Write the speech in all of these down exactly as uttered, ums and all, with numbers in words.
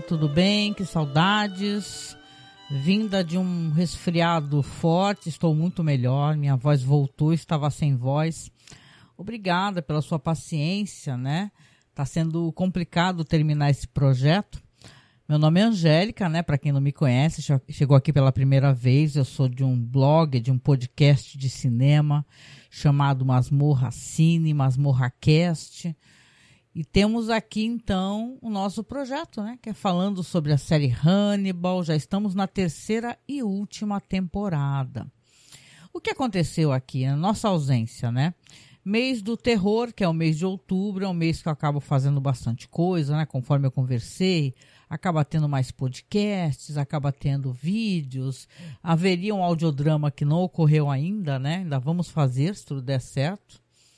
tudo bem? Que saudades. Vinda de um resfriado forte, estou muito melhor, minha voz voltou, estava sem voz. Obrigada pela sua paciência, né? Tá sendo complicado terminar esse projeto. Meu nome é Angélica, né? Para quem não me conhece, chegou aqui pela primeira vez, eu sou de um blog, de um podcast de cinema chamado Masmorra Cine, Masmorra Cast. E temos aqui, então, o nosso projeto, né? Que é falando sobre a série Hannibal. Já estamos na terceira e última temporada. O que aconteceu aqui, na nossa ausência, né? Mês do terror, que é o mês de outubro, é um mês que eu acabo fazendo bastante coisa, né? Conforme eu conversei, acaba tendo mais podcasts, acaba tendo vídeos. Haveria um audiodrama que não ocorreu ainda, né? Ainda vamos fazer, se tudo der certo.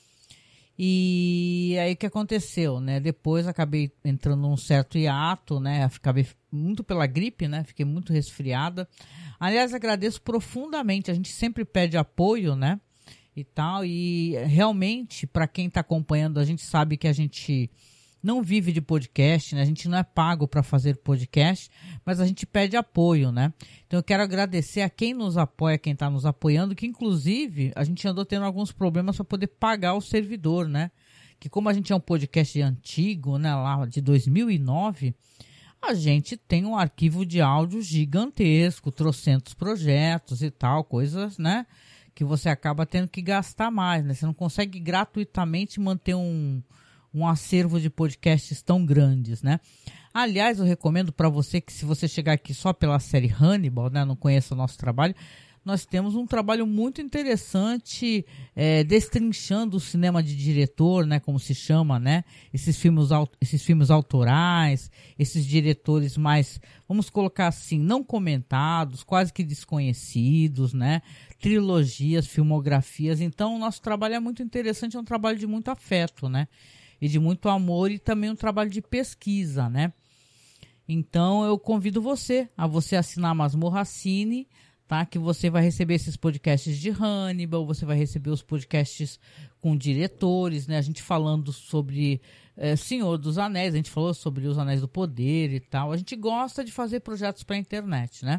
E aí o que aconteceu, né? Depois acabei entrando num certo hiato, né? Acabei muito pela gripe, né? Fiquei muito resfriada. Aliás, agradeço profundamente. A gente sempre pede apoio, né? E tal. E realmente, para quem está acompanhando, a gente sabe que a gente não vive de podcast, né? A gente não é pago para fazer podcast, mas a gente pede apoio, né? Então eu quero agradecer a quem nos apoia, quem está nos apoiando, que inclusive a gente andou tendo alguns problemas para poder pagar o servidor, né? Que como a gente é um podcast antigo, né? Lá de dois mil e nove, a gente tem um arquivo de áudio gigantesco, trocentos projetos e tal, coisas, né? Que você acaba tendo que gastar mais, né? Você não consegue gratuitamente manter um... um acervo de podcasts tão grandes, né? Aliás, eu recomendo para você que se você chegar aqui só pela série Hannibal, né, não conheça o nosso trabalho, nós temos um trabalho muito interessante é, destrinchando o cinema de diretor, né, como se chama, né? Esses filmes, esses filmes autorais, esses diretores mais, vamos colocar assim, não comentados, quase que desconhecidos, né? Trilogias, filmografias. Então, o nosso trabalho é muito interessante, é um trabalho de muito afeto, né? E de muito amor e também um trabalho de pesquisa, né? Então eu convido você a você assinar a Masmorra Cine, tá? Que você vai receber esses podcasts de Hannibal, você vai receber os podcasts com diretores, né? A gente falando sobre é, Senhor dos Anéis, a gente falou sobre os Anéis do Poder e tal. A gente gosta de fazer projetos para a internet, né?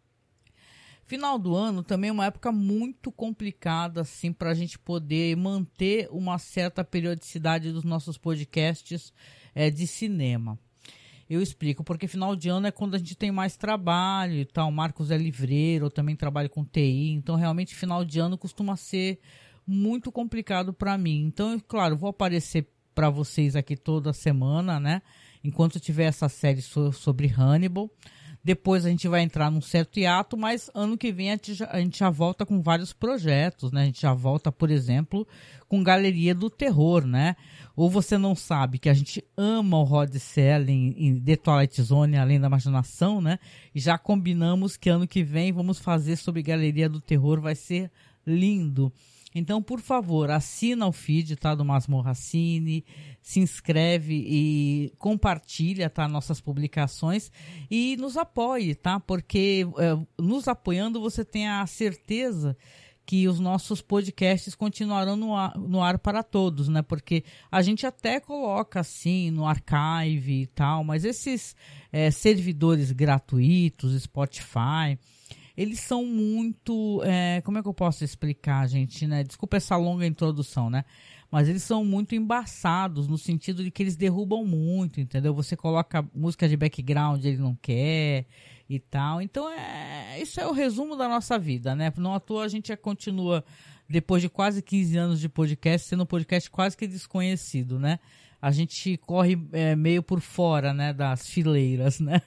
Final do ano também é uma época muito complicada assim, para a gente poder manter uma certa periodicidade dos nossos podcasts é, de cinema. Eu explico, porque final de ano é quando a gente tem mais trabalho e tal. O Marcos é livreiro, eu também trabalho com T I, então realmente final de ano costuma ser muito complicado para mim. Então, eu, claro, vou aparecer para vocês aqui toda semana, né? Enquanto tiver essa série so- sobre Hannibal. Depois a gente vai entrar num certo hiato, mas ano que vem a gente, já, a gente já volta com vários projetos, né? A gente já volta, por exemplo, com Galeria do Terror, né? Ou você não sabe que a gente ama o Rod Serling em The Twilight Zone, Além da Imaginação, né? E já combinamos que ano que vem vamos fazer sobre Galeria do Terror, vai ser lindo. Então, por favor, assina o feed, tá, do Masmorra Cine, se inscreve e compartilha, tá, nossas publicações e nos apoie, tá, porque é, nos apoiando você tem a certeza que os nossos podcasts continuarão no ar, no ar para todos, né, porque a gente até coloca assim no archive e tal, mas esses é, servidores gratuitos, Spotify, eles são muito, é, como é que eu posso explicar, gente, né? Desculpa essa longa introdução, né? Mas eles são muito embaçados no sentido de que eles derrubam muito, entendeu? Você coloca música de background, ele não quer e tal. Então, é, isso é o resumo da nossa vida, né? Não à toa a gente continua, depois de quase quinze anos de podcast, sendo um podcast quase que desconhecido, né? A gente corre é, meio por fora, né, das fileiras, né?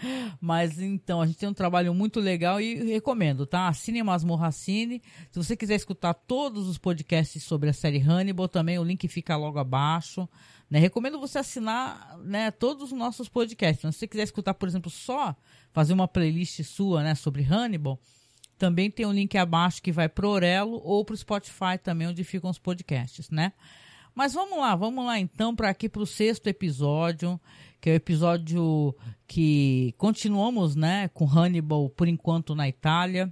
Mas então, a gente tem um trabalho muito legal e recomendo, tá? Assine Masmorra Cine. Se você quiser escutar todos os podcasts sobre a série Hannibal, também o link fica logo abaixo, né? Recomendo você assinar, né, todos os nossos podcasts. Então, se você quiser escutar, por exemplo, só fazer uma playlist sua, né, sobre Hannibal, também tem um link abaixo que vai pro Orelo ou pro Spotify também, onde ficam os podcasts, né? Mas vamos lá, vamos lá então para aqui para o sexto episódio, que é o episódio que continuamos, né, com Hannibal por enquanto na Itália.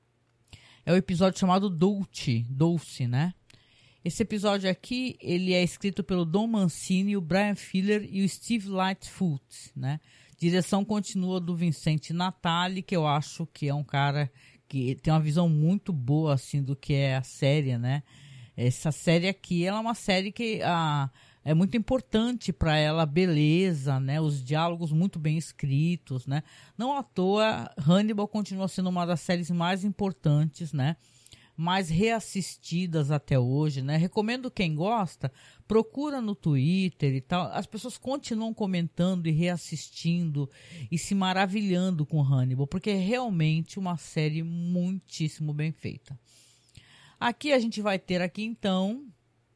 É o episódio chamado Dulce, Dulce, né? Esse episódio aqui, ele é escrito pelo Don Mancini, o Brian Fuller e o Steve Lightfoot, né? Direção continua do Vicente Natali, que eu acho que é um cara que tem uma visão muito boa assim do que é a série, né? Essa série aqui, ela é uma série que a, é muito importante para ela, a beleza, né? Os diálogos muito bem escritos, né? Não à toa, Hannibal continua sendo uma das séries mais importantes, né? Mais reassistidas até hoje, né? Recomendo quem gosta, procura no Twitter e tal. As pessoas continuam comentando e reassistindo e se maravilhando com Hannibal, porque é realmente uma série muitíssimo bem feita. Aqui a gente vai ter aqui então,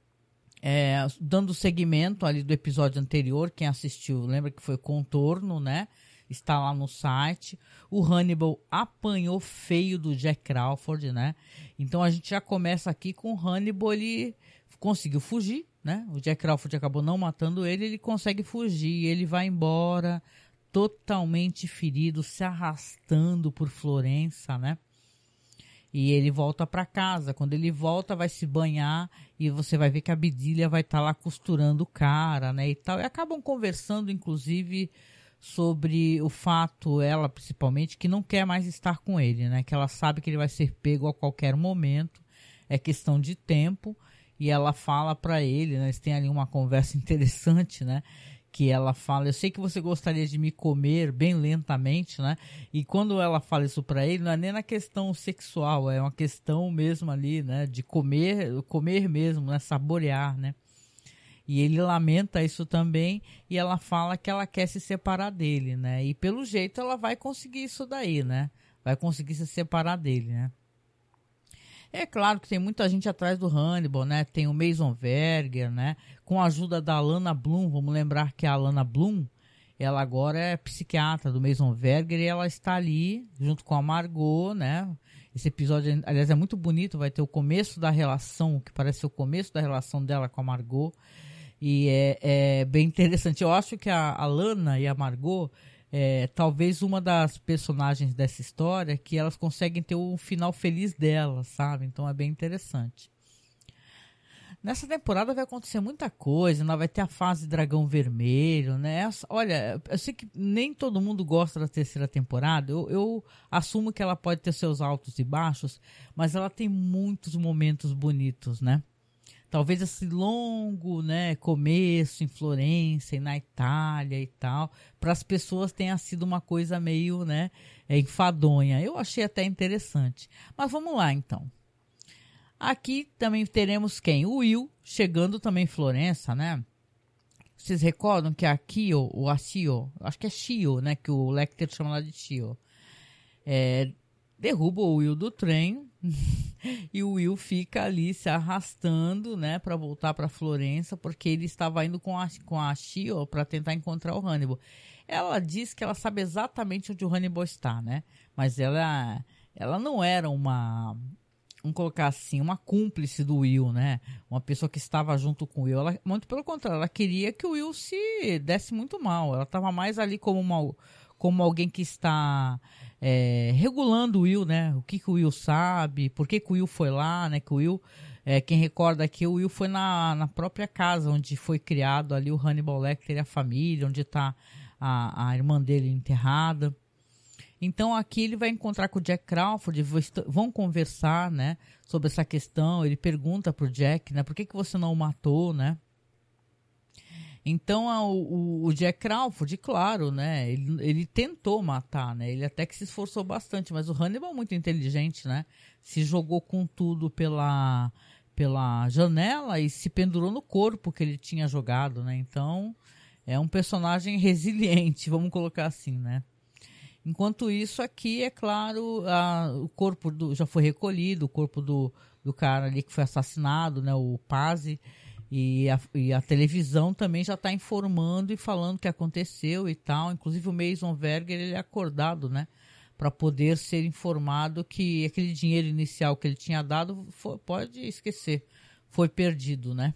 é, dando seguimento ali do episódio anterior, quem assistiu lembra que foi Contorno, né? Está lá no site. O Hannibal apanhou feio do Jack Crawford, né? Então a gente já começa aqui com o Hannibal, ele conseguiu fugir, né? O Jack Crawford acabou não matando ele, ele consegue fugir, ele vai embora totalmente ferido, se arrastando por Florença, né? E ele volta para casa. Quando ele volta, vai se banhar e você vai ver que a Bedelia vai estar tá lá costurando o cara, né, e tal. E acabam conversando, inclusive, sobre o fato, ela principalmente, que não quer mais estar com ele, né, que ela sabe que ele vai ser pego a qualquer momento, é questão de tempo. E ela fala para ele, né, eles têm ali uma conversa interessante, né, que ela fala, eu sei que você gostaria de me comer bem lentamente, né? E quando ela fala isso pra ele, não é nem na questão sexual, é uma questão mesmo ali, né? De comer, comer mesmo, né? Saborear, né? E ele lamenta isso também, e ela fala que ela quer se separar dele, né? E pelo jeito ela vai conseguir isso daí, né? Vai conseguir se separar dele, né? É claro que tem muita gente atrás do Hannibal, né? Tem o Mason Verger, né? Com a ajuda da Alana Bloom. Vamos lembrar que a Alana Bloom, ela agora é psiquiatra do Mason Verger e ela está ali junto com a Margot, né? Esse episódio, aliás, é muito bonito. Vai ter o começo da relação, que parece o começo da relação dela com a Margot. E é, é bem interessante. Eu acho que a Alana e a Margot... É, talvez uma das personagens dessa história que elas conseguem ter o final feliz delas, sabe? Então é bem interessante. Nessa temporada vai acontecer muita coisa, né? Vai ter a fase Dragão Vermelho, né? Olha, eu sei que nem todo mundo gosta da terceira temporada, eu, eu assumo que ela pode ter seus altos e baixos, mas ela tem muitos momentos bonitos, né? Talvez esse longo, né, começo em Florença e na Itália e tal, para as pessoas tenha sido uma coisa meio, né, enfadonha. Eu achei até interessante. Mas vamos lá, então. Aqui também teremos quem? O Will, chegando também em Florença, né? Vocês recordam que a Kyo, ou a Shio, acho que é Shio, né, que o Lecter chama lá de Shio, é, derruba o Will do trem e o Will fica ali se arrastando, né, para voltar para Florença, porque ele estava indo com a, com a Shio para tentar encontrar o Hannibal. Ela diz que ela sabe exatamente onde o Hannibal está, né, mas ela, ela não era uma, vamos colocar assim, uma cúmplice do Will, né, uma pessoa que estava junto com o Will. Ela, muito pelo contrário, ela queria que o Will se desse muito mal. Ela estava mais ali como uma, como alguém que está É, regulando o Will, né? O que, que o Will sabe, por que, que o Will foi lá, né? Que o Will, é, quem recorda aqui, o Will foi na, na própria casa onde foi criado ali o Hannibal Lecter e a família, onde está a, a irmã dele enterrada. Então aqui ele vai encontrar com o Jack Crawford, vão conversar, né? Sobre essa questão. Ele pergunta pro Jack, né? Por que, que você não o matou, né? Então, a, o, o Jack Crawford, claro, né, ele, ele tentou matar, né, ele até que se esforçou bastante, mas o Hannibal é muito inteligente, né, se jogou com tudo pela, pela janela e se pendurou no corpo que ele tinha jogado, né, então é um personagem resiliente, vamos colocar assim, né. Enquanto isso, aqui, é claro, a, o corpo do, já foi recolhido, o corpo do, do cara ali que foi assassinado, né, o Pazzi. E a, e a televisão também já está informando e falando o que aconteceu e tal. Inclusive o Mason Verger, ele é acordado, né? Para poder ser informado que aquele dinheiro inicial que ele tinha dado, foi, pode esquecer, foi perdido, né?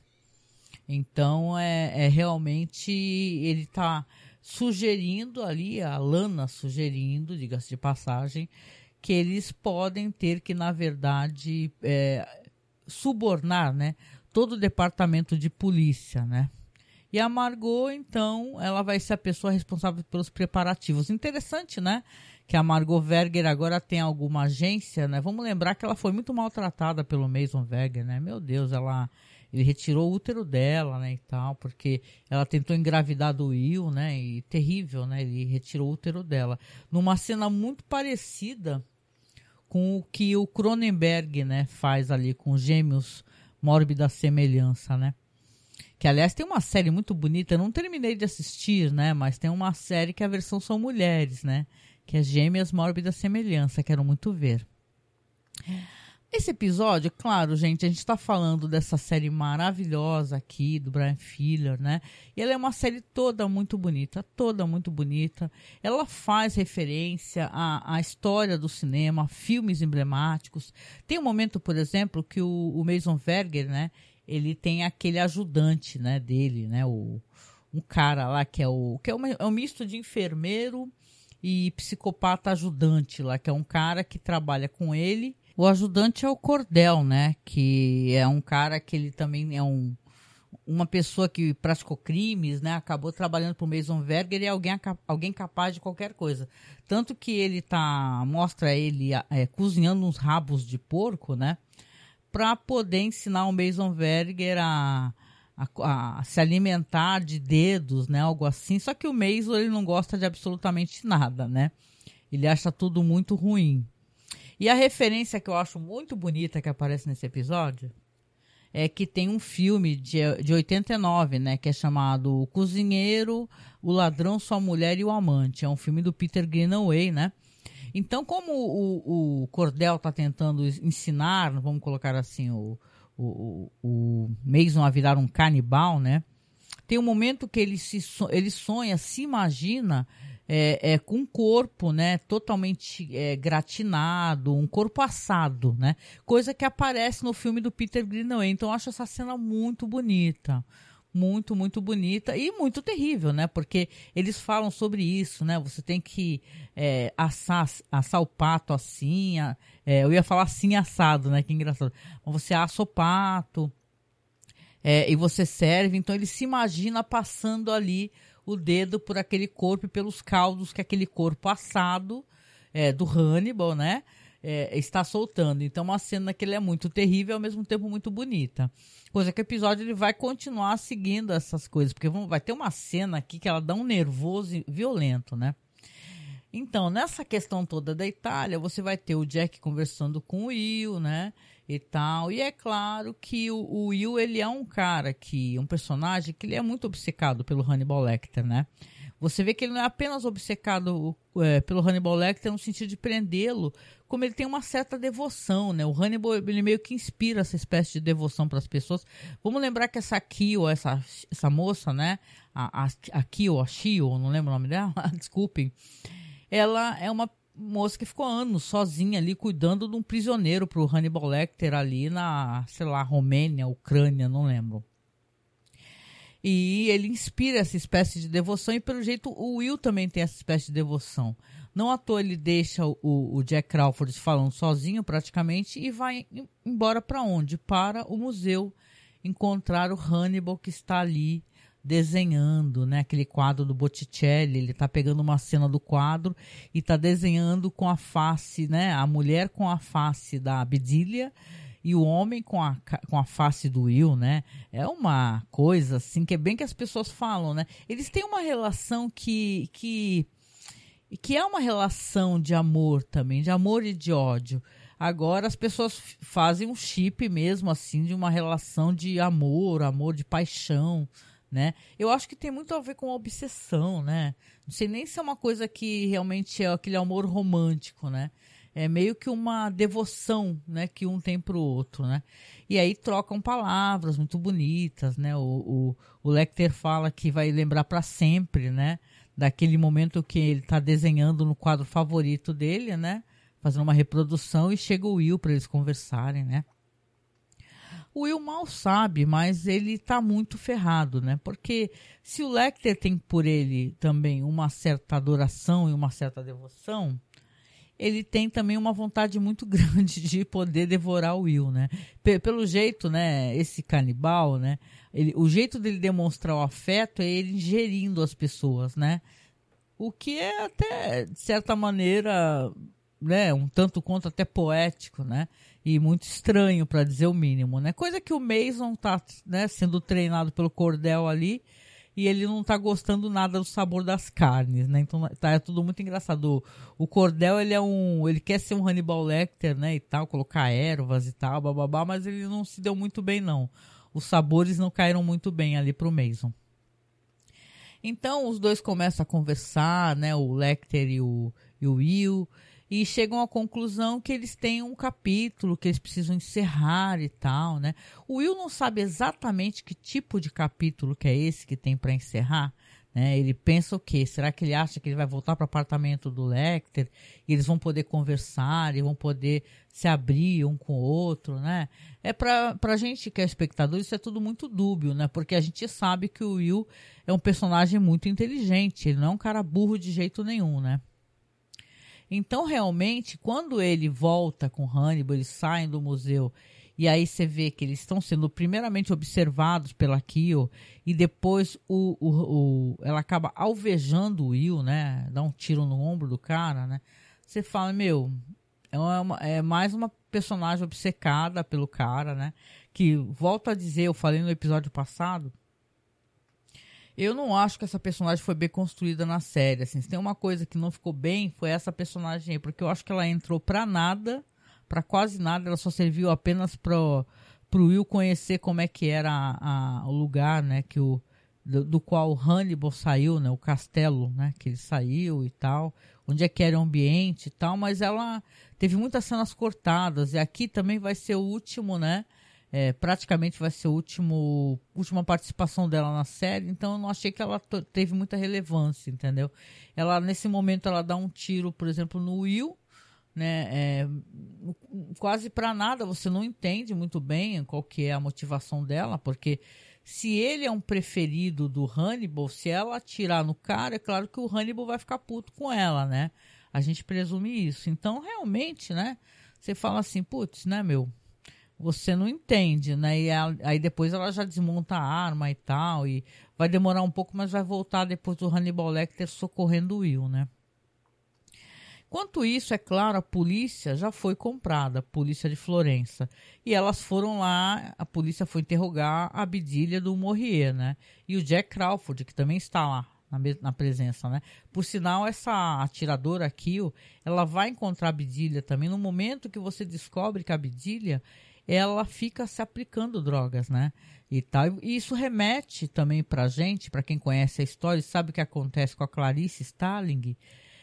Então é, é realmente, ele está sugerindo ali, a Lana sugerindo, diga-se de passagem, que eles podem ter que, na verdade, é, subornar, né? Todo o departamento de polícia, né? E a Margot, então, ela vai ser a pessoa responsável pelos preparativos. Interessante, né? Que a Margot Verger agora tem alguma agência, né? Vamos lembrar que ela foi muito maltratada pelo Mason Verger, né? Meu Deus, ela... Ele retirou o útero dela, né, e tal, porque ela tentou engravidar do Will, né, e terrível, né, ele retirou o útero dela. Numa cena muito parecida com o que o Cronenberg, né, faz ali com os Gêmeos Mórbida Semelhança, né. Que, aliás, tem uma série muito bonita, eu não terminei de assistir, né, mas tem uma série que a versão são mulheres, né, que é Gêmeas Mórbida Semelhança, quero muito ver. Esse episódio, claro, gente, a gente está falando dessa série maravilhosa aqui, do Bryan Fuller, né? E ela é uma série toda muito bonita, toda muito bonita. Ela faz referência à, à história do cinema, a filmes emblemáticos. Tem um momento, por exemplo, que o, o Mason Verger, né? Ele tem aquele ajudante, né, dele, né? O, um cara lá que é o que é, uma, é um misto de enfermeiro e psicopata ajudante lá, que é um cara que trabalha com ele. O ajudante é o Cordell, né? Que é um cara que ele também é um, uma pessoa que praticou crimes, né? Acabou trabalhando para o Mason Verger e é alguém, alguém capaz de qualquer coisa. Tanto que ele tá, mostra ele é, cozinhando uns rabos de porco, né? Para poder ensinar o Mason Verger a, a, a se alimentar de dedos, né? Algo assim. Só que o Mason, ele não gosta de absolutamente nada, né? Ele acha tudo muito ruim. E a referência que eu acho muito bonita que aparece nesse episódio é que tem um filme de, de oitenta e nove, né, que é chamado O Cozinheiro, O Ladrão, Sua Mulher e o Amante. É um filme do Peter Greenaway, né? Então, como o, o Cordell está tentando ensinar, vamos colocar assim, o, o, o Mason a virar um canibal, né? Tem um momento que ele, se, ele sonha, se imagina... É, é, com um corpo, né, totalmente é, gratinado, um corpo assado, né, coisa que aparece no filme do Peter Greenaway. Então eu acho essa cena muito bonita, muito, muito bonita e muito terrível, né, porque eles falam sobre isso, né, você tem que é, assar, assar o pato assim, é, eu ia falar assim assado, né, que engraçado, você assa o pato é, e você serve, então ele se imagina passando ali o dedo por aquele corpo e pelos caldos que aquele corpo assado é, do Hannibal, né, é, está soltando. Então, uma cena que ele é muito terrível e, ao mesmo tempo, muito bonita. Coisa que o episódio ele vai continuar seguindo essas coisas, porque vamos, vai ter uma cena aqui que ela dá um nervoso violento, né. Então, nessa questão toda da Itália, você vai ter o Jack conversando com o Will, né, e tal. E é claro que o, o Will, ele é um cara que, um personagem que ele é muito obcecado pelo Hannibal Lecter, né. Você vê que ele não é apenas obcecado é, pelo Hannibal Lecter no sentido de prendê-lo, como ele tem uma certa devoção, né. O Hannibal, ele meio que inspira essa espécie de devoção para as pessoas. Vamos lembrar que essa Kyo, essa, essa moça, né, a, a, a Kyo, a Shio, não lembro o nome dela, desculpem, ela é uma moça que ficou anos sozinha ali, cuidando de um prisioneiro pro Hannibal Lecter ali na, sei lá, Romênia, Ucrânia, não lembro. E ele inspira essa espécie de devoção e, pelo jeito, o Will também tem essa espécie de devoção. Não à toa ele deixa o, o Jack Crawford falando sozinho, praticamente, e vai embora para onde? Para o museu, encontrar o Hannibal que está ali desenhando, né, aquele quadro do Botticelli. Ele tá pegando uma cena do quadro e tá desenhando com a face, né, a mulher com a face da Bedelia e o homem com a, com a face do Will, né. É uma coisa assim que é bem que as pessoas falam, né. Eles têm uma relação que que que é uma relação de amor também, de amor e de ódio. Agora as pessoas fazem um chip mesmo assim de uma relação de amor, amor de paixão, né? Eu acho que tem muito a ver com a obsessão, né? Não sei nem se é uma coisa que realmente é aquele amor romântico, né? É meio que uma devoção, né, que um tem pro outro, né? E aí trocam palavras muito bonitas, né? O, o, o Lecter fala que vai lembrar para sempre, né, daquele momento que ele tá desenhando no quadro favorito dele, né? Fazendo uma reprodução, e chega o Will para eles conversarem, né? O Will mal sabe, mas ele tá muito ferrado, né? Porque se o Lecter tem por ele também uma certa adoração e uma certa devoção, ele tem também uma vontade muito grande de poder devorar o Will, né? P- pelo jeito, né, esse canibal, né, ele, o jeito dele demonstrar o afeto é ele ingerindo as pessoas, né? O que é até, de certa maneira, né, um tanto quanto até poético, né? E muito estranho, para dizer o mínimo, né? Coisa que o Mason tá, né, sendo treinado pelo Cordell ali, e ele não tá gostando nada do sabor das carnes, né? Então tá é tudo muito engraçado. O, o Cordell, ele é um, ele quer ser um Hannibal Lecter, né, e tal, colocar ervas e tal, bababá, mas ele não se deu muito bem não. Os sabores não caíram muito bem ali pro Mason. Então os dois começam a conversar, né, o Lecter e o, e o Will, e chegam à conclusão que eles têm um capítulo que eles precisam encerrar e tal, né? O Will não sabe exatamente que tipo de capítulo que é esse que tem para encerrar, né? Ele pensa o quê? Será que ele acha que ele vai voltar para o apartamento do Lecter e eles vão poder conversar e vão poder se abrir um com o outro, né? É para a gente que é espectador, isso é tudo muito dúbio, né? Porque a gente sabe que o Will é um personagem muito inteligente, ele não é um cara burro de jeito nenhum, né? Então, realmente, quando ele volta com Hannibal, eles saem do museu, e aí você vê que eles estão sendo primeiramente observados pela Kyo, e depois o, o, o, ela acaba alvejando o Will, né? Dá um tiro no ombro do cara, né? Você fala, meu, é, uma, é mais uma personagem obcecada pelo cara, né? Que, volto a dizer, eu falei no episódio passado, eu não acho que essa personagem foi bem construída na série. Assim, se tem uma coisa que não ficou bem, foi essa personagem aí. Porque eu acho que ela entrou pra nada, pra quase nada. Ela só serviu apenas pro, pro Will conhecer como é que era a, a, o lugar, né? Que o, do, do qual o Hannibal saiu, né? O castelo, né? Que ele saiu e tal. Onde é que era o ambiente e tal. Mas ela teve muitas cenas cortadas. E aqui também vai ser o último, né? É, praticamente vai ser a último, última participação dela na série, então eu não achei que ela t- teve muita relevância, entendeu? Ela, nesse momento, ela dá um tiro, por exemplo, no Will, né? É, quase pra nada, você não entende muito bem qual que é a motivação dela, porque se ele é um preferido do Hannibal, se ela atirar no cara, é claro que o Hannibal vai ficar puto com ela, né? A gente presume isso. Então, realmente, né? Você fala assim, putz, né, meu? Você não entende, né? E ela, aí depois ela já desmonta a arma e tal, e vai demorar um pouco, mas vai voltar depois do Hannibal Lecter socorrendo o Will, né? Enquanto isso, é claro, a polícia já foi comprada, a polícia de Florença. E elas foram lá, a polícia foi interrogar a Abdilia do Maurier, né? E o Jack Crawford, que também está lá na, na presença, né? Por sinal, essa atiradora aqui, ela vai encontrar a Abdilia também no momento que você descobre que a Abdilia, ela fica se aplicando drogas, né? E tal. E isso remete também pra gente, pra quem conhece a história e sabe o que acontece com a Clarice Starling.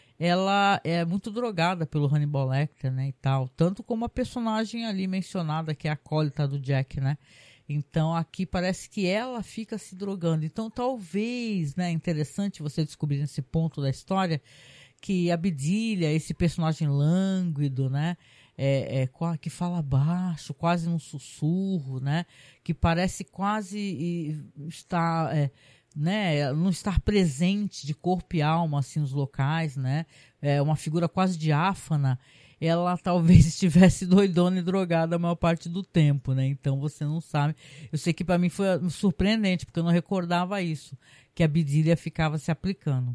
Ela é muito drogada pelo Hannibal Lecter, né, e tal. Tanto como a personagem ali mencionada, que é a acólita do Jack, né? Então, aqui parece que ela fica se drogando. Então, talvez, né, interessante você descobrir nesse ponto da história que a Abdilia, esse personagem lânguido, né, é, é, que fala baixo, quase num sussurro, né, que parece quase estar... É, né, não estar presente de corpo e alma assim nos locais, né, é uma figura quase diáfana, ela talvez estivesse doidona e drogada a maior parte do tempo, né, então você não sabe. Eu sei que para mim foi surpreendente, porque eu não recordava isso, que a Abdilia ficava se aplicando.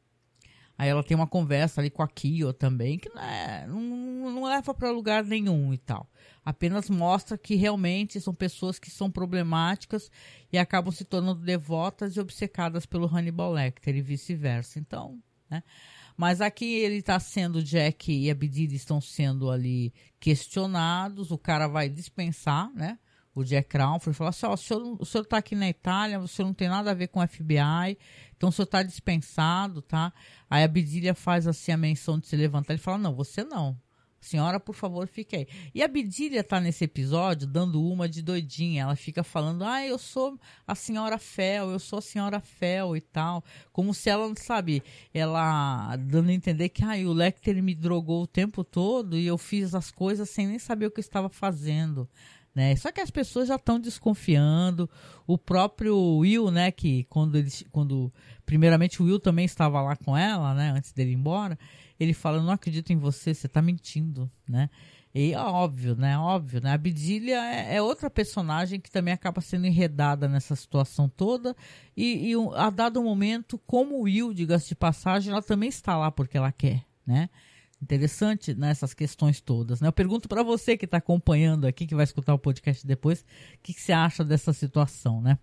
Aí ela tem uma conversa ali com a Kyo também, que não, é, não, não leva para lugar nenhum e tal. Apenas mostra que realmente são pessoas que são problemáticas e acabam se tornando devotas e obcecadas pelo Hannibal Lecter e vice-versa. Então, né? Mas aqui ele está sendo, Jack e a Abdilia estão sendo ali questionados, o cara vai dispensar, né? O Jack Crawford falou assim, ó, oh, o senhor está aqui na Itália, o senhor não tem nada a ver com o F B I, então o senhor está dispensado, tá? Aí a Abdilia faz assim a menção de se levantar, ele fala, não, você não. Senhora, por favor, fique aí. E a Abdilia tá nesse episódio dando uma de doidinha. Ela fica falando, ah, eu sou a senhora Fel, eu sou a senhora Fel e tal. Como se ela, não sabe, ela dando a entender que ah, o Lecter me drogou o tempo todo e eu fiz as coisas sem nem saber o que eu estava fazendo. né? Só que as pessoas já estão desconfiando. O próprio Will, né, que quando eles, quando primeiramente o Will também estava lá com ela, né, antes dele ir embora, ele fala: "Eu não acredito em você, você está mentindo", né? E óbvio, né? Óbvio, né? A Bedelia é, é outra personagem que também acaba sendo enredada nessa situação toda. E, e a dado momento, como o Will, diga-se de passagem, ela também está lá porque ela quer, né? Interessante nessas questões todas, né? Eu pergunto para você que está acompanhando aqui, que vai escutar o podcast depois, o que, que você acha dessa situação, né?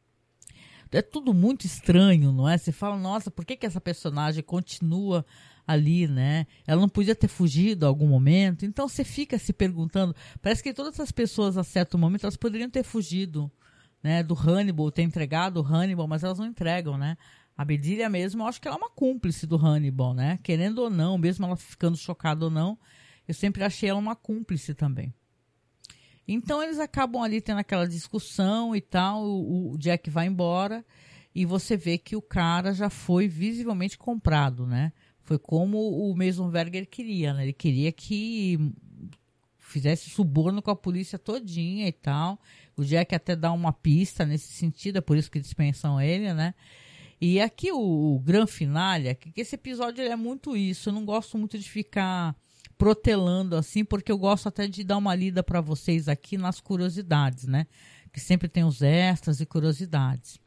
É tudo muito estranho, não é? Você fala, nossa, por que, que essa personagem continua ali, né? Ela não podia ter fugido a algum momento. Então você fica se perguntando, parece que todas essas pessoas a certo momento elas poderiam ter fugido, né? Do Hannibal, ter entregado o Hannibal, mas elas não entregam, né? A Bedelia mesmo, eu acho que ela é uma cúmplice do Hannibal, né? Querendo ou não, mesmo ela ficando chocada ou não, eu sempre achei ela uma cúmplice também. Então eles acabam ali tendo aquela discussão e tal, o, o Jack vai embora e você vê que o cara já foi visivelmente comprado, né? Foi como o Meisenberger queria, né? Ele queria que fizesse suborno com a polícia todinha e tal. O Jack até dá uma pista nesse sentido, é por isso que dispensam ele, né? E aqui o, o grande finale, que esse episódio ele é muito isso. Eu não gosto muito de ficar protelando assim, porque eu gosto até de dar uma lida para vocês aqui nas curiosidades, né? Que sempre tem os extras e curiosidades.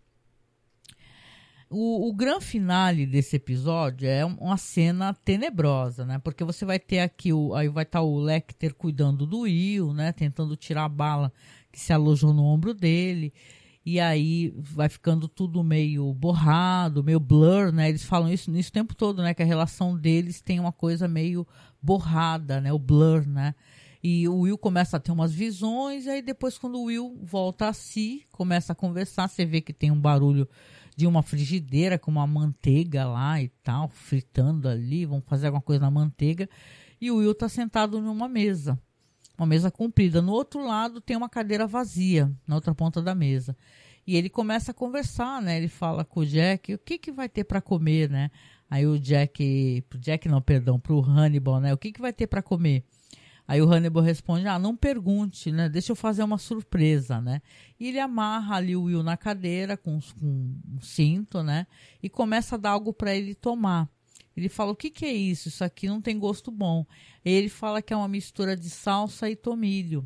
O, o grande finale desse episódio é uma cena tenebrosa, né? Porque você vai ter aqui, o, aí vai estar o Lecter cuidando do Will, né? Tentando tirar a bala que se alojou no ombro dele. E aí vai ficando tudo meio borrado, meio blur, né? Eles falam isso, isso o tempo todo, né? Que a relação deles tem uma coisa meio borrada, né? O blur, né? E o Will começa a ter umas visões, e aí depois quando o Will volta a si, começa a conversar, você vê que tem um barulho de uma frigideira com uma manteiga lá e tal, fritando ali, vão fazer alguma coisa na manteiga, e o Will tá sentado numa mesa, uma mesa comprida. No outro lado tem uma cadeira vazia, na outra ponta da mesa. E ele começa a conversar, né? Ele fala com o Jack, o que que vai ter para comer, né? Aí o Jack, pro Jack não, perdão, pro Hannibal, né? O que que vai ter para comer? Aí o Hannibal responde, ah, não pergunte, né? Deixa eu fazer uma surpresa, né? E ele amarra ali o Will na cadeira com, com um cinto, né? E começa a dar algo para ele tomar. Ele fala, o que que é isso? Isso aqui não tem gosto bom. E ele fala que é uma mistura de salsa e tomilho.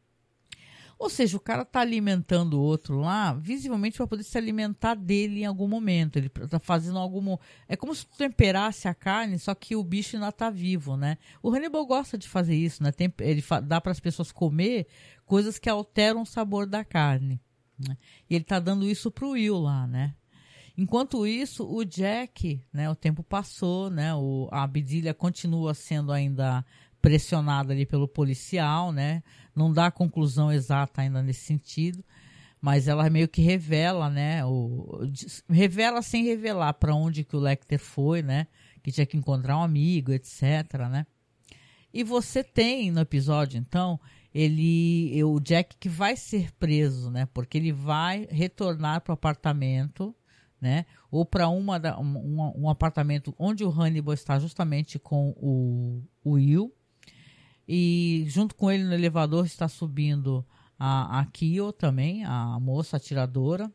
Ou seja, o cara tá alimentando o outro lá, visivelmente para poder se alimentar dele em algum momento. Ele tá fazendo algum... É como se temperasse a carne, só que o bicho ainda tá vivo, né? O Hannibal gosta de fazer isso, né? Tem... Ele dá para as pessoas comer coisas que alteram o sabor da carne, né? E ele tá dando isso pro Will lá, né? Enquanto isso, o Jack, né? O tempo passou, né? O... A Bedelia continua sendo ainda pressionada ali pelo policial, né? Não dá a conclusão exata ainda nesse sentido, mas ela meio que revela, né? O, revela sem revelar para onde que o Lecter foi, né? Que tinha que encontrar um amigo, etcétera, né? E você tem no episódio, então, ele, o Jack que vai ser preso, né? Porque ele vai retornar para o apartamento, né? Ou para uma, um, um apartamento onde o Hannibal está justamente com o, o Will. E junto com ele no elevador está subindo a, a Kyo também, a moça atiradora.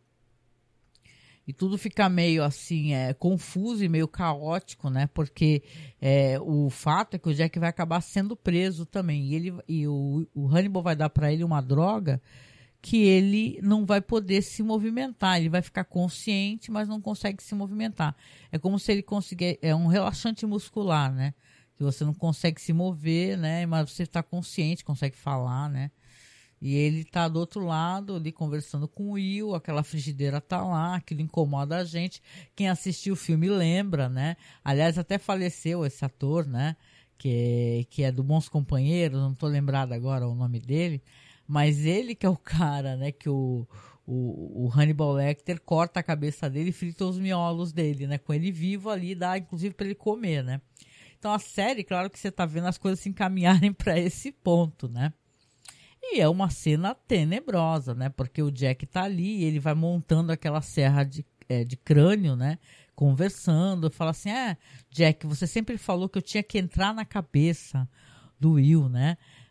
E tudo fica meio assim, é, confuso e meio caótico, né? Porque é, o fato é que o Jack vai acabar sendo preso também. E, ele, e o, o Hannibal vai dar para ele uma droga que ele não vai poder se movimentar. Ele vai ficar consciente, mas não consegue se movimentar. É como se ele conseguisse... É um relaxante muscular, né? Que você não consegue se mover, né? Mas você está consciente, consegue falar, né? E ele tá do outro lado ali conversando com o Will, aquela frigideira tá lá, aquilo incomoda a gente. Quem assistiu o filme lembra, né? Aliás, até faleceu esse ator, né? Que, que é do Bons Companheiros, não tô lembrado agora o nome dele. Mas ele que é o cara, né? Que o, o, o Hannibal Lecter corta a cabeça dele e frita os miolos dele, né? Com ele vivo ali, dá inclusive para ele comer, né? Então a série, claro que você tá vendo as coisas se encaminharem para esse ponto, né? E é uma cena tenebrosa, né? Porque o Jack tá ali e ele vai montando aquela serra de, é, de crânio, né? Conversando, fala assim, é, Jack, você sempre falou que eu tinha que entrar na cabeça do Will, né?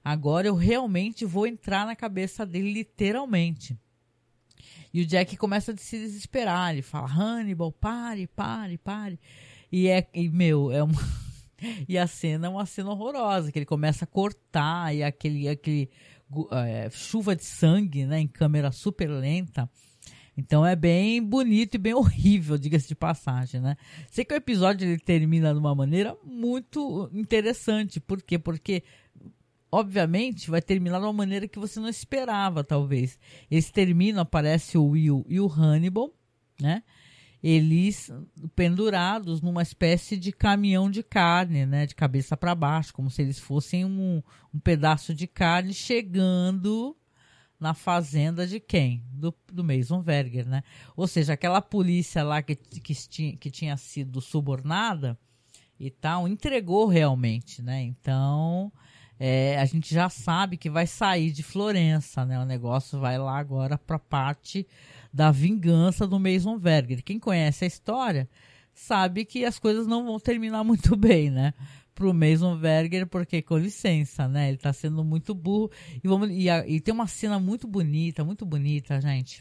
Agora eu realmente vou entrar na cabeça dele, literalmente. E o Jack começa a se desesperar. Ele fala, Hannibal, pare, pare, pare. E, é, e meu, é uma... e a cena é uma cena horrorosa, que ele começa a cortar e aquele, aquele é, chuva de sangue, né, em câmera super lenta. Então é bem bonito e bem horrível, diga-se de passagem, né? Sei que o episódio ele termina de uma maneira muito interessante. Por quê? Porque, obviamente, vai terminar de uma maneira que você não esperava, talvez. Eles terminam, aparece o Will e o Hannibal, né? Eles pendurados numa espécie de caminhão de carne, né? De cabeça para baixo, como se eles fossem um, um pedaço de carne chegando na fazenda de quem? Do, do Mason Verger, né? Ou seja, aquela polícia lá que, que, tinha, que tinha sido subornada e tal, entregou realmente, né? Então, é, a gente já sabe que vai sair de Florença, né? O negócio vai lá agora para a parte da vingança do Mason Verger. Quem conhece a história sabe que as coisas não vão terminar muito bem, né? Pro Mason Verger, porque, com licença, né? Ele tá sendo muito burro. E, vamos, e, a, e tem uma cena muito bonita, muito bonita, gente,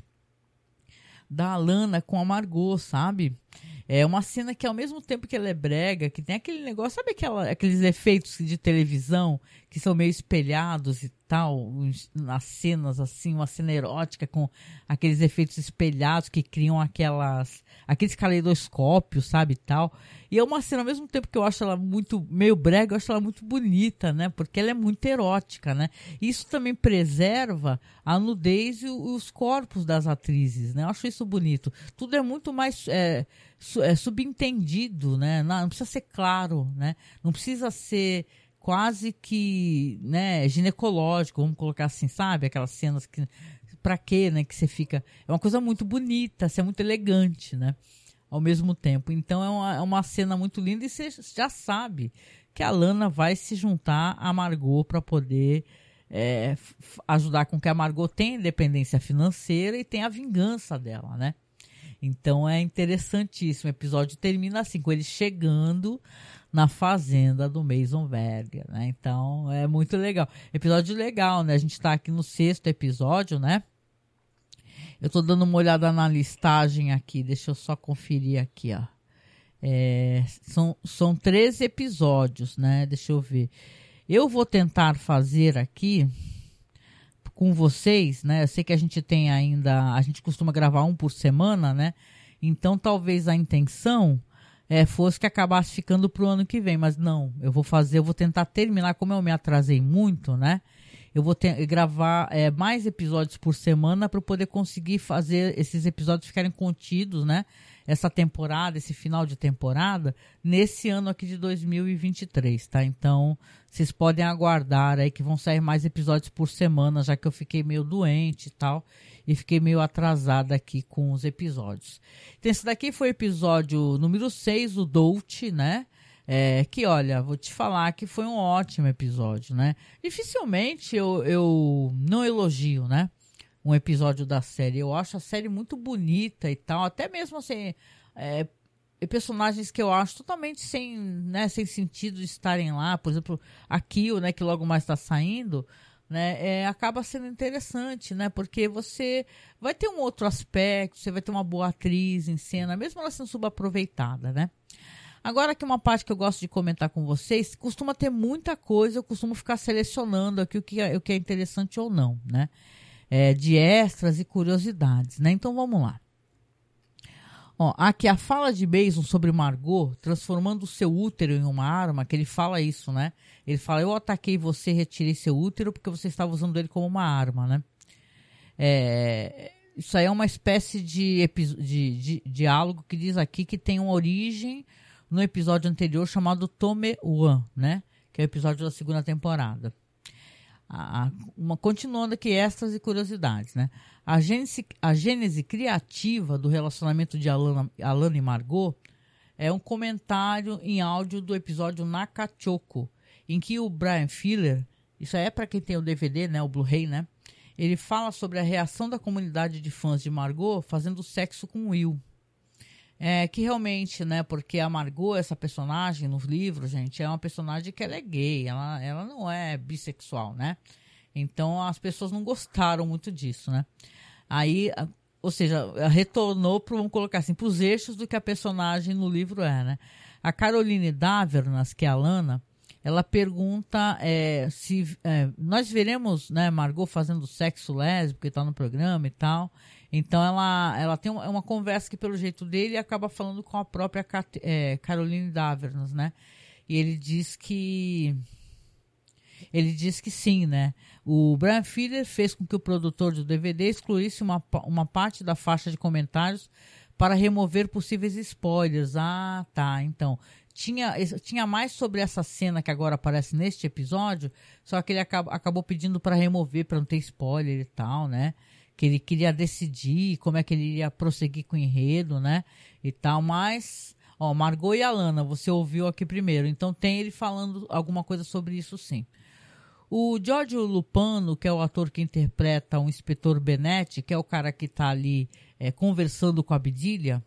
da Alana com a Margot, sabe? É uma cena que, ao mesmo tempo que ela é brega, que tem aquele negócio, sabe aquela, aqueles efeitos de televisão que são meio espelhados e tal, nas cenas, assim, uma cena erótica com aqueles efeitos espelhados que criam aquelas, aqueles caleidoscópios, sabe, e tal. E é uma cena, ao mesmo tempo que eu acho ela muito, meio brega, eu acho ela muito bonita, né? Porque ela é muito erótica, né? Isso também preserva a nudez e os corpos das atrizes, né? Eu acho isso bonito. Tudo é muito mais é, é, subentendido, né? Não, não precisa ser claro, né? Não precisa ser quase que, né, ginecológico, vamos colocar assim, sabe? Aquelas cenas que, pra quê, né? Que você fica... É uma coisa muito bonita, você é muito elegante, né? Ao mesmo tempo. Então é uma, é uma cena muito linda e você já sabe que a Lana vai se juntar a Margot para poder é, f- ajudar com que a Margot tenha independência financeira e tenha a vingança dela, né? Então é interessantíssimo. O episódio termina assim, com ele chegando na fazenda do Mason Verger, né? Então é muito legal. Episódio legal, né? A gente tá aqui no sexto episódio, né? Eu tô dando uma olhada na listagem aqui. Deixa eu só conferir aqui, ó. É, são, são treze episódios, né? Deixa eu ver. Eu vou tentar fazer aqui com vocês, né? Eu sei que a gente tem ainda... A gente costuma gravar um por semana, né? Então, talvez a intenção é, fosse que acabasse ficando pro ano que vem. Mas não, eu vou fazer... Eu vou tentar terminar. Como eu me atrasei muito, né? Eu vou ter, gravar é, mais episódios por semana para poder conseguir fazer esses episódios ficarem contidos, né? Essa temporada, esse final de temporada, nesse ano aqui de dois mil e vinte e três, tá? Então, vocês podem aguardar aí que vão sair mais episódios por semana, já que eu fiquei meio doente e tal, e fiquei meio atrasada aqui com os episódios. Então, esse daqui foi o episódio número seis, o Dolce, né? É, que, olha, vou te falar que foi um ótimo episódio, né? Dificilmente eu, eu não elogio, né? Um episódio da série. Eu acho a série muito bonita e tal. Até mesmo assim, é, personagens que eu acho totalmente sem, né, sem sentido de estarem lá. Por exemplo, a Kill, né, que logo mais está saindo, né, é, acaba sendo interessante, né? Porque você vai ter um outro aspecto, você vai ter uma boa atriz em cena, mesmo ela sendo subaproveitada, né? Agora aqui uma parte que eu gosto de comentar com vocês, costuma ter muita coisa, eu costumo ficar selecionando aqui o que é, o que é interessante ou não, né? É, de extras e curiosidades, né? Então vamos lá. Ó, aqui a fala de Mason sobre Margot, transformando o seu útero em uma arma, que ele fala isso, né? Ele fala, eu ataquei você, retirei seu útero porque você estava usando ele como uma arma, né? É, isso aí é uma espécie de, de, de diálogo que diz aqui que tem uma origem no episódio anterior chamado Tome One, né? Que é o episódio da segunda temporada. A, uma, continuando aqui extras e curiosidades, né? A gênese, a gênese criativa do relacionamento de Alana, Alana e Margot é um comentário em áudio do episódio Nakachoko, em que o Brian Fuller, isso aí é para quem tem o D V D, né? O Blu-ray, né? Ele fala sobre a reação da comunidade de fãs de Margot fazendo sexo com Will. É que realmente, né, porque a Margot, essa personagem nos livros, gente, é uma personagem que ela é gay, ela, ela não é bissexual, né? Então as pessoas não gostaram muito disso, né? Aí, ou seja, retornou para, vamos colocar assim, para os eixos do que a personagem no livro é, né? A Caroline Davernas, que é a Lana, ela pergunta é, se é, nós veremos, né, Margot fazendo sexo lésbico que está no programa e tal. Então ela, ela tem uma, uma conversa que pelo jeito dele acaba falando com a própria Cat, é, Caroline Davernas, né? E ele diz que ele diz que sim, né? O Brian Fuller fez com que o produtor do D V D excluísse uma, uma parte da faixa de comentários para remover possíveis spoilers. Ah, tá. Então, tinha, tinha mais sobre essa cena que agora aparece neste episódio, só que ele acabou, acabou pedindo para remover, para não ter spoiler e tal, né? Que ele queria decidir como é que ele ia prosseguir com o enredo, né? E tal, mas... Ó, Margot e Alana, você ouviu aqui primeiro. Então tem ele falando alguma coisa sobre isso, sim. O Giorgio Lupano, que é o ator que interpreta o inspetor Benetti, que é o cara que está ali é, conversando com a Bedelia,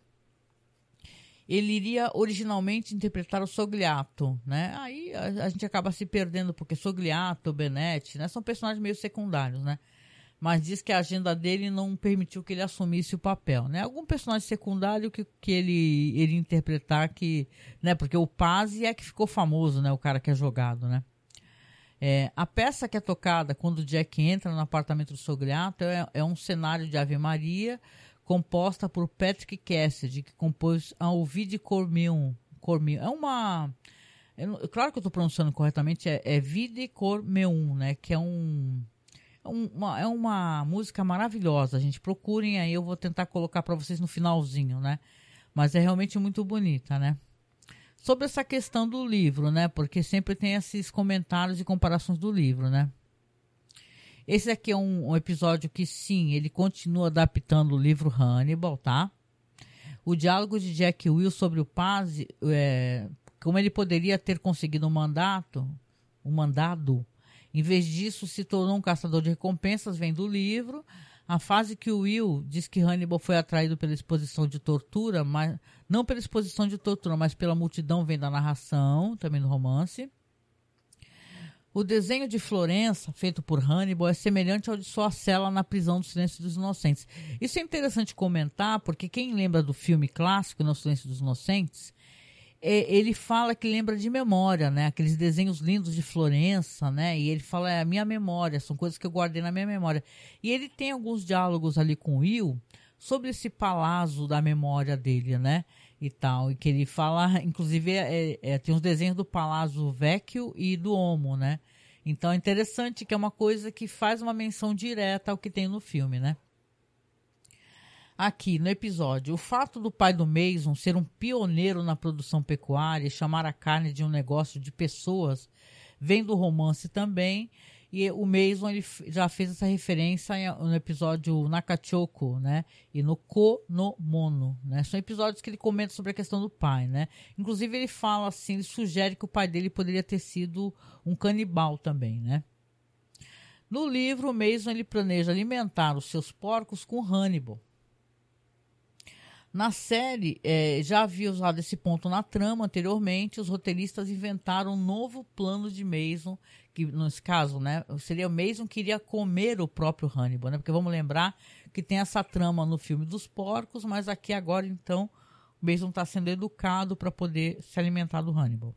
ele iria originalmente interpretar o Sogliato, né? Aí a, a gente acaba se perdendo, porque Sogliato, Benetti, né? São personagens meio secundários, né? Mas diz que a agenda dele não permitiu que ele assumisse o papel, né? Algum personagem secundário que, que ele iria interpretar, que, né? Porque o Pazzi é que ficou famoso, né? O cara que é jogado, né? É, a peça que é tocada quando o Jack entra no apartamento do Sogliato é, é um cenário de Ave Maria, composta por Patrick Cassidy, que compôs a Ovid Cormion. Cormion. É uma... É, claro que eu estou pronunciando corretamente, é, é Vide Cormeum, né? Que é um... É uma, é uma música maravilhosa, gente. Procurem aí, eu vou tentar colocar para vocês no finalzinho, né? Mas é realmente muito bonita, né? Sobre essa questão do livro, né? Porque sempre tem esses comentários e comparações do livro, né? Esse aqui é um, um episódio que, sim, ele continua adaptando o livro Hannibal, tá? O diálogo de Jack Will sobre o Pazzi, é, como ele poderia ter conseguido um mandato, um mandado. Em vez disso, se tornou um caçador de recompensas, vem do livro. A fase que o Will diz que Hannibal foi atraído pela exposição de tortura, mas não pela exposição de tortura, mas pela multidão, vem da narração, também do romance. O desenho de Florença, feito por Hannibal, é semelhante ao de sua cela na prisão do Silêncio dos Inocentes. Isso é interessante comentar, porque quem lembra do filme clássico, No Silêncio dos Inocentes, ele fala que lembra de memória, né? Aqueles desenhos lindos de Florença, né? E ele fala, é a minha memória, são coisas que eu guardei na minha memória. E ele tem alguns diálogos ali com o Will sobre esse palazzo da memória dele, né? E tal, e que ele fala, inclusive, é, é, tem os desenhos do Palazzo Vecchio e do Homo, né? Então é interessante que é uma coisa que faz uma menção direta ao que tem no filme, né? Aqui no episódio, o fato do pai do Mason ser um pioneiro na produção pecuária e chamar a carne de um negócio de pessoas vem do romance também. E o Mason ele já fez essa referência no episódio Nakachoko, né? E no Ko no Mono, né? São episódios que ele comenta sobre a questão do pai, né? Inclusive ele fala assim, ele sugere que o pai dele poderia ter sido um canibal também, né? No livro, o Mason ele planeja alimentar os seus porcos com Hannibal. Na série, é, já havia usado esse ponto na trama anteriormente, os roteiristas inventaram um novo plano de Mason, que nesse caso, né, seria o Mason que iria comer o próprio Hannibal, né, porque vamos lembrar que tem essa trama no filme dos porcos, mas aqui agora, então, o Mason está sendo educado para poder se alimentar do Hannibal.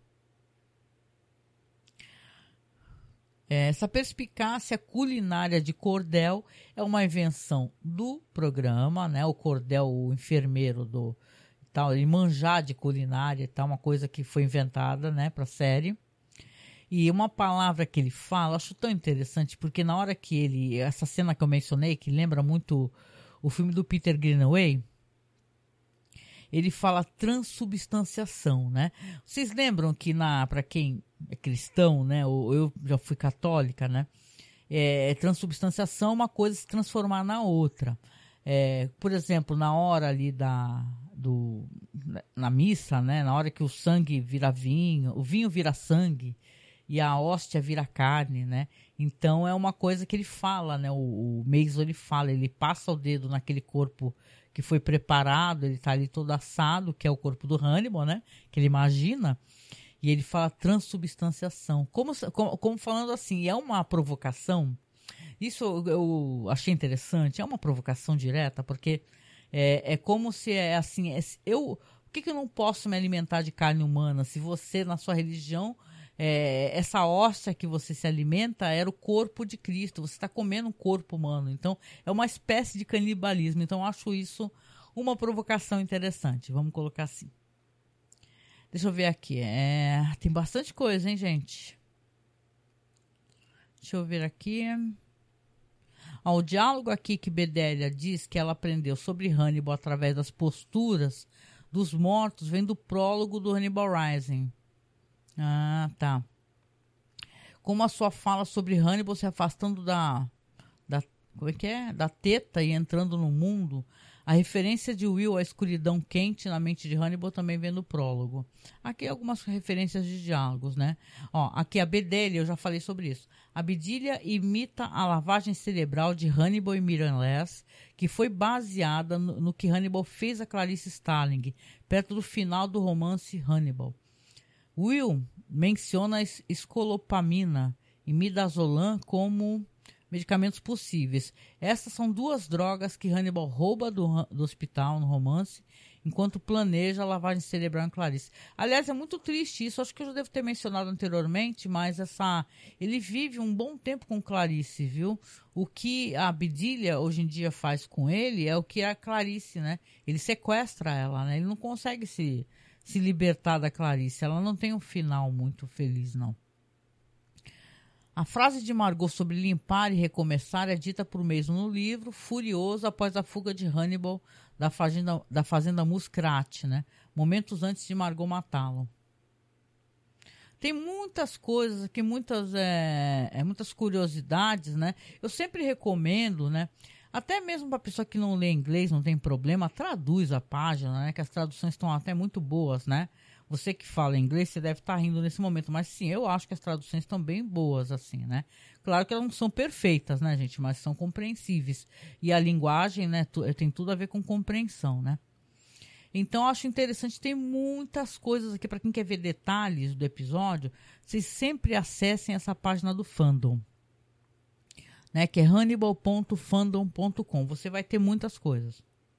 Essa perspicácia culinária de Cordell é uma invenção do programa, né? O Cordell, o enfermeiro do tal, ele manjar de culinária e tal, uma coisa que foi inventada, né, para a série. E uma palavra que ele fala, acho tão interessante, porque na hora que ele, essa cena que eu mencionei, que lembra muito o filme do Peter Greenaway, ele fala transubstanciação, né? Vocês lembram que na, para quem é cristão, né? Ou eu já fui católica, né? É, transubstanciação é uma coisa se transformar na outra. É, por exemplo, na hora ali da, do, na missa, né? Na hora que o sangue vira vinho, o vinho vira sangue e a hóstia vira carne, né? Então é uma coisa que ele fala, né? O, o Mason ele fala, ele passa o dedo naquele corpo que foi preparado, ele está ali todo assado, que é o corpo do Hannibal, né? Que ele imagina. E ele fala transubstanciação. Como, como, como falando assim, é uma provocação. Isso eu, eu achei interessante. É uma provocação direta, porque é, é como se é assim... É, eu, por que, que eu não posso me alimentar de carne humana se você, na sua religião... É, essa hóstia que você se alimenta era o corpo de Cristo. Você está comendo um corpo humano. Então, é uma espécie de canibalismo. Então, eu acho isso uma provocação interessante. Vamos colocar assim. Deixa eu ver aqui. É, tem bastante coisa, hein, gente? Deixa eu ver aqui. Ah, o diálogo aqui que Bedelia diz que ela aprendeu sobre Hannibal através das posturas dos mortos vem do prólogo do Hannibal Rising. Ah, tá. Como a sua fala sobre Hannibal se afastando da, da, como é que é? Da teta e entrando no mundo, a referência de Will à escuridão quente na mente de Hannibal também vem no prólogo. Aqui algumas referências de diálogos, né? Ó, aqui a Bedelia, eu já falei sobre isso. A Bedelia imita a lavagem cerebral de Hannibal e Miriam Less, que foi baseada no, no que Hannibal fez a Clarice Starling, perto do final do romance Hannibal. Will menciona escolopamina e midazolam como medicamentos possíveis. Essas são duas drogas que Hannibal rouba do, do hospital no romance, enquanto planeja a lavagem cerebral em Clarice. Aliás, é muito triste isso, acho que eu já devo ter mencionado anteriormente, mas essa, ele vive um bom tempo com Clarice, viu? O que a Bedelia hoje em dia faz com ele é o que a Clarice, né? Ele sequestra ela, né? Ele não consegue se... se libertar da Clarice. Ela não tem um final muito feliz, não. A frase de Margot sobre limpar e recomeçar é dita por mesmo no livro, furioso após a fuga de Hannibal da fazenda, da fazenda Muscrat, né? Momentos antes de Margot matá-lo. Tem muitas coisas aqui, muitas, é, é, muitas curiosidades, né? Eu sempre recomendo, né? Até mesmo para pessoa que não lê inglês, não tem problema, traduz a página, né? Que as traduções estão até muito boas, né? Você que fala inglês, você deve estar rindo nesse momento, mas sim, eu acho que as traduções estão bem boas, assim, né? Claro que elas não são perfeitas, né, gente? Mas são compreensíveis. E a linguagem, né, tem tudo a ver com compreensão, né? Então, eu acho interessante, tem muitas coisas aqui, para quem quer ver detalhes do episódio, vocês sempre acessem essa página do Fandom. Né, que é hannibal ponto fandom ponto com. Você vai ter muitas coisas.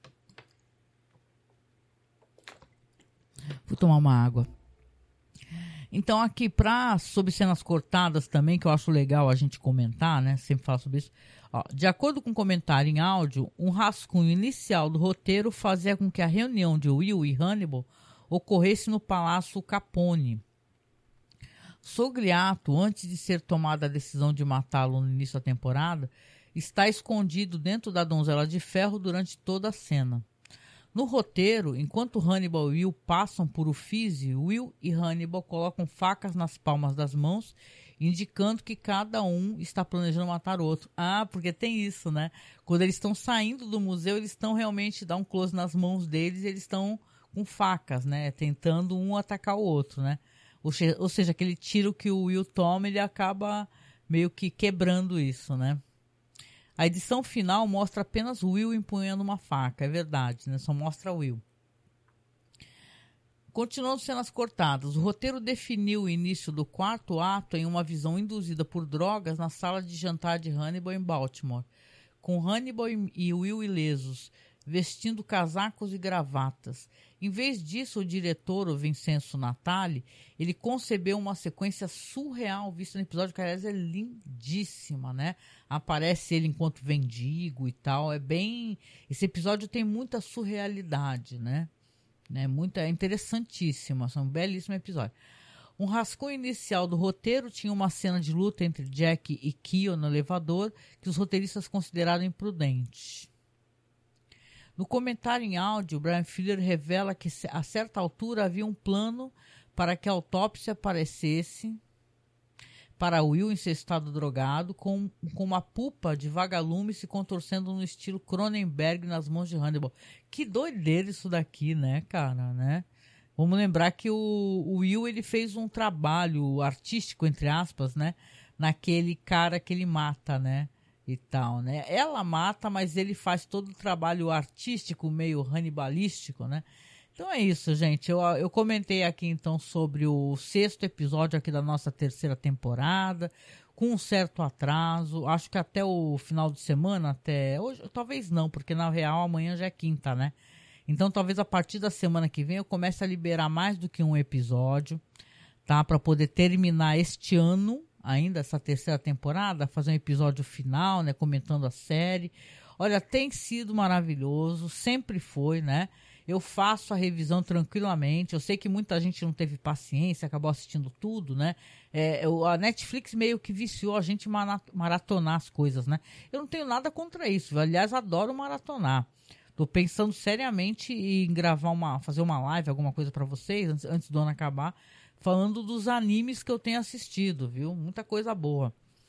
Vou tomar uma água. Então, aqui, para sobre cenas cortadas também, que eu acho legal a gente comentar, né? Sempre falo sobre isso. Ó, de acordo com o comentário em áudio, um rascunho inicial do roteiro fazia com que a reunião de Will e Hannibal ocorresse no Palácio Capone. Sogriato, antes de ser tomada a decisão de matá-lo no início da temporada, está escondido dentro da donzela de ferro durante toda a cena. No roteiro, enquanto Hannibal e Will passam por Uffizi, Will e Hannibal colocam facas nas palmas das mãos, indicando que cada um está planejando matar o outro. Ah, porque tem isso, né? Quando eles estão saindo do museu, eles estão realmente, dá um close nas mãos deles, e eles estão com facas, né? Tentando um atacar o outro, né? Ou seja, aquele tiro que o Will toma, ele acaba meio que quebrando isso, né? A edição final mostra apenas Will empunhando uma faca, é verdade, né? Só mostra Will. Continuando cenas cortadas, o roteiro definiu o início do quarto ato em uma visão induzida por drogas na sala de jantar de Hannibal em Baltimore, com Hannibal e Will ilesos, vestindo casacos e gravatas. Em vez disso, o diretor, o Vincenzo Natali, ele concebeu uma sequência surreal vista no episódio, que aliás é lindíssima, né? Aparece ele enquanto mendigo e tal, é bem... Esse episódio tem muita surrealidade, né? né? Muita, é interessantíssimo, é um belíssimo episódio. Um rascunho inicial do roteiro tinha uma cena de luta entre Jack e Kyo no elevador, que os roteiristas consideraram imprudente. No comentário em áudio, Brian Fuller revela que a certa altura havia um plano para que a autópsia aparecesse para Will em seu estado drogado, com, com uma pupa de vagalume se contorcendo no estilo Cronenberg nas mãos de Hannibal. Que doideira isso daqui, né, cara, né? Vamos lembrar que o, o Will, ele fez um trabalho artístico, entre aspas, né, naquele cara que ele mata, né? e tal, né? Ela mata, mas ele faz todo o trabalho artístico, meio hanibalístico, né? Então é isso, gente. Eu, eu comentei aqui então sobre o sexto episódio aqui da nossa terceira temporada, com um certo atraso. Acho que até o final de semana, até hoje, talvez não, porque na real amanhã já é quinta, né? Então talvez a partir da semana que vem eu comece a liberar mais do que um episódio, tá? Para poder terminar este ano, ainda essa terceira temporada, fazer um episódio final, né? Comentando a série. Olha, tem sido maravilhoso, sempre foi, né? Eu faço a revisão tranquilamente. Eu sei que muita gente não teve paciência, acabou assistindo tudo, né? É, eu, a Netflix meio que viciou a gente maratonar as coisas, né? Eu não tenho nada contra isso. Aliás, adoro maratonar. Tô pensando seriamente em gravar uma, fazer uma live, alguma coisa para vocês, antes, antes do ano acabar, falando dos animes que eu tenho assistido, viu? Muita coisa boa.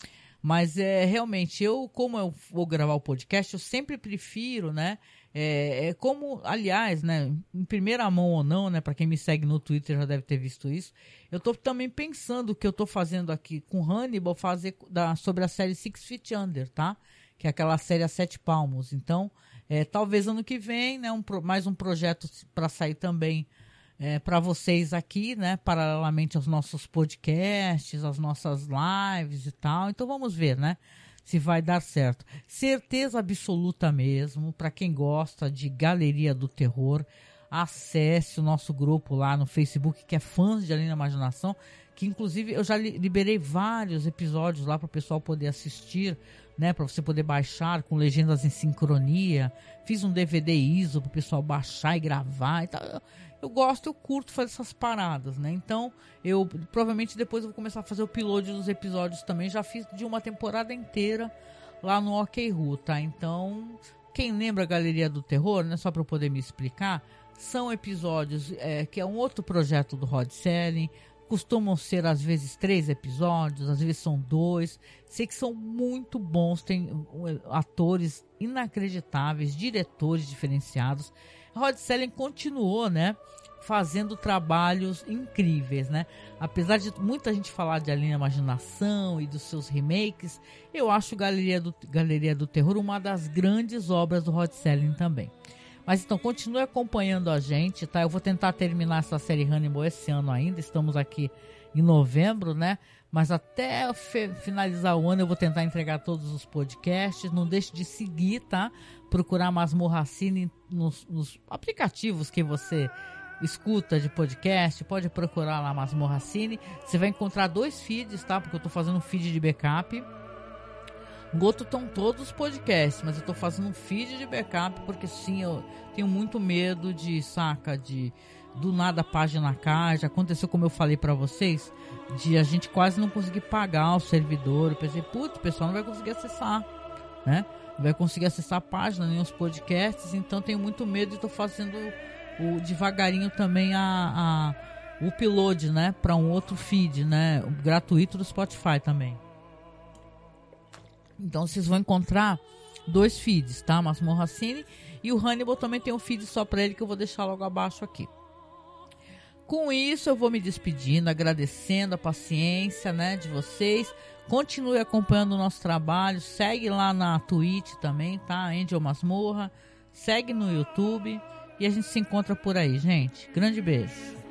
Mas é realmente, eu, como eu vou gravar o podcast, eu sempre prefiro, né? É, é como, aliás, né? Em primeira mão ou não, né? Para quem me segue no Twitter já deve ter visto isso. Eu tô também pensando o que eu tô fazendo aqui com Hannibal, fazer da, sobre a série Six Feet Under, tá? Que é aquela série a sete palmos. Então, é, talvez ano que vem, né? Um, mais um projeto para sair também. É, para vocês aqui, né, paralelamente aos nossos podcasts, às nossas lives e tal. Então vamos ver, né, se vai dar certo. Certeza absoluta mesmo, para quem gosta de Galeria do Terror, acesse o nosso grupo lá no Facebook, que é Fãs de Além da Imaginação, que inclusive eu já li- liberei vários episódios lá para o pessoal poder assistir, né, para você poder baixar com legendas em sincronia. Fiz um D V D I S O para o pessoal baixar e gravar e tal. Eu, eu gosto, eu curto fazer essas paradas, né? Então, eu provavelmente depois eu vou começar a fazer o piloto dos episódios também. Já fiz de uma temporada inteira lá no OkRu, tá? Então, quem lembra a Galeria do Terror, né? Só para eu poder me explicar, são episódios é, que é um outro projeto do Rod Serling. Costumam ser às vezes três episódios, às vezes são dois. Sei que são muito bons, tem atores inacreditáveis, diretores diferenciados. Rod Serling continuou, né, fazendo trabalhos incríveis, né? Apesar de muita gente falar de Além da Imaginação e dos seus remakes, eu acho Galeria do, Galeria do Terror uma das grandes obras do Rod Serling também. Mas então, continue acompanhando a gente, tá? Eu vou tentar terminar essa série Hannibal esse ano ainda. Estamos aqui em novembro, né? Mas até fe- finalizar o ano eu vou tentar entregar todos os podcasts. Não deixe de seguir, tá? Procurar Masmorra Cine nos, nos aplicativos que você escuta de podcast. Pode procurar lá Masmorra Cine. Você vai encontrar dois feeds, tá? Porque eu tô fazendo um feed de backup. No outro estão todos os podcasts, mas eu tô fazendo um feed de backup porque sim, eu tenho muito medo de, saca, de do nada a página cai. Já aconteceu, como eu falei pra vocês, de a gente quase não conseguir pagar o servidor. Eu pensei, putz, o pessoal não vai conseguir acessar, né? Não vai conseguir acessar a página, nem os podcasts, então tenho muito medo e tô fazendo o, devagarinho também a, a, o upload, né, pra um outro feed, né, gratuito do Spotify também. Então vocês vão encontrar dois feeds, tá? Masmorra Cine e o Hannibal também tem um feed só para ele que eu vou deixar logo abaixo aqui. Com isso eu vou me despedindo, agradecendo a paciência, né, de vocês. Continue acompanhando o nosso trabalho, segue lá na Twitch também, tá? Angel Masmorra, segue no YouTube e a gente se encontra por aí, gente. Grande beijo.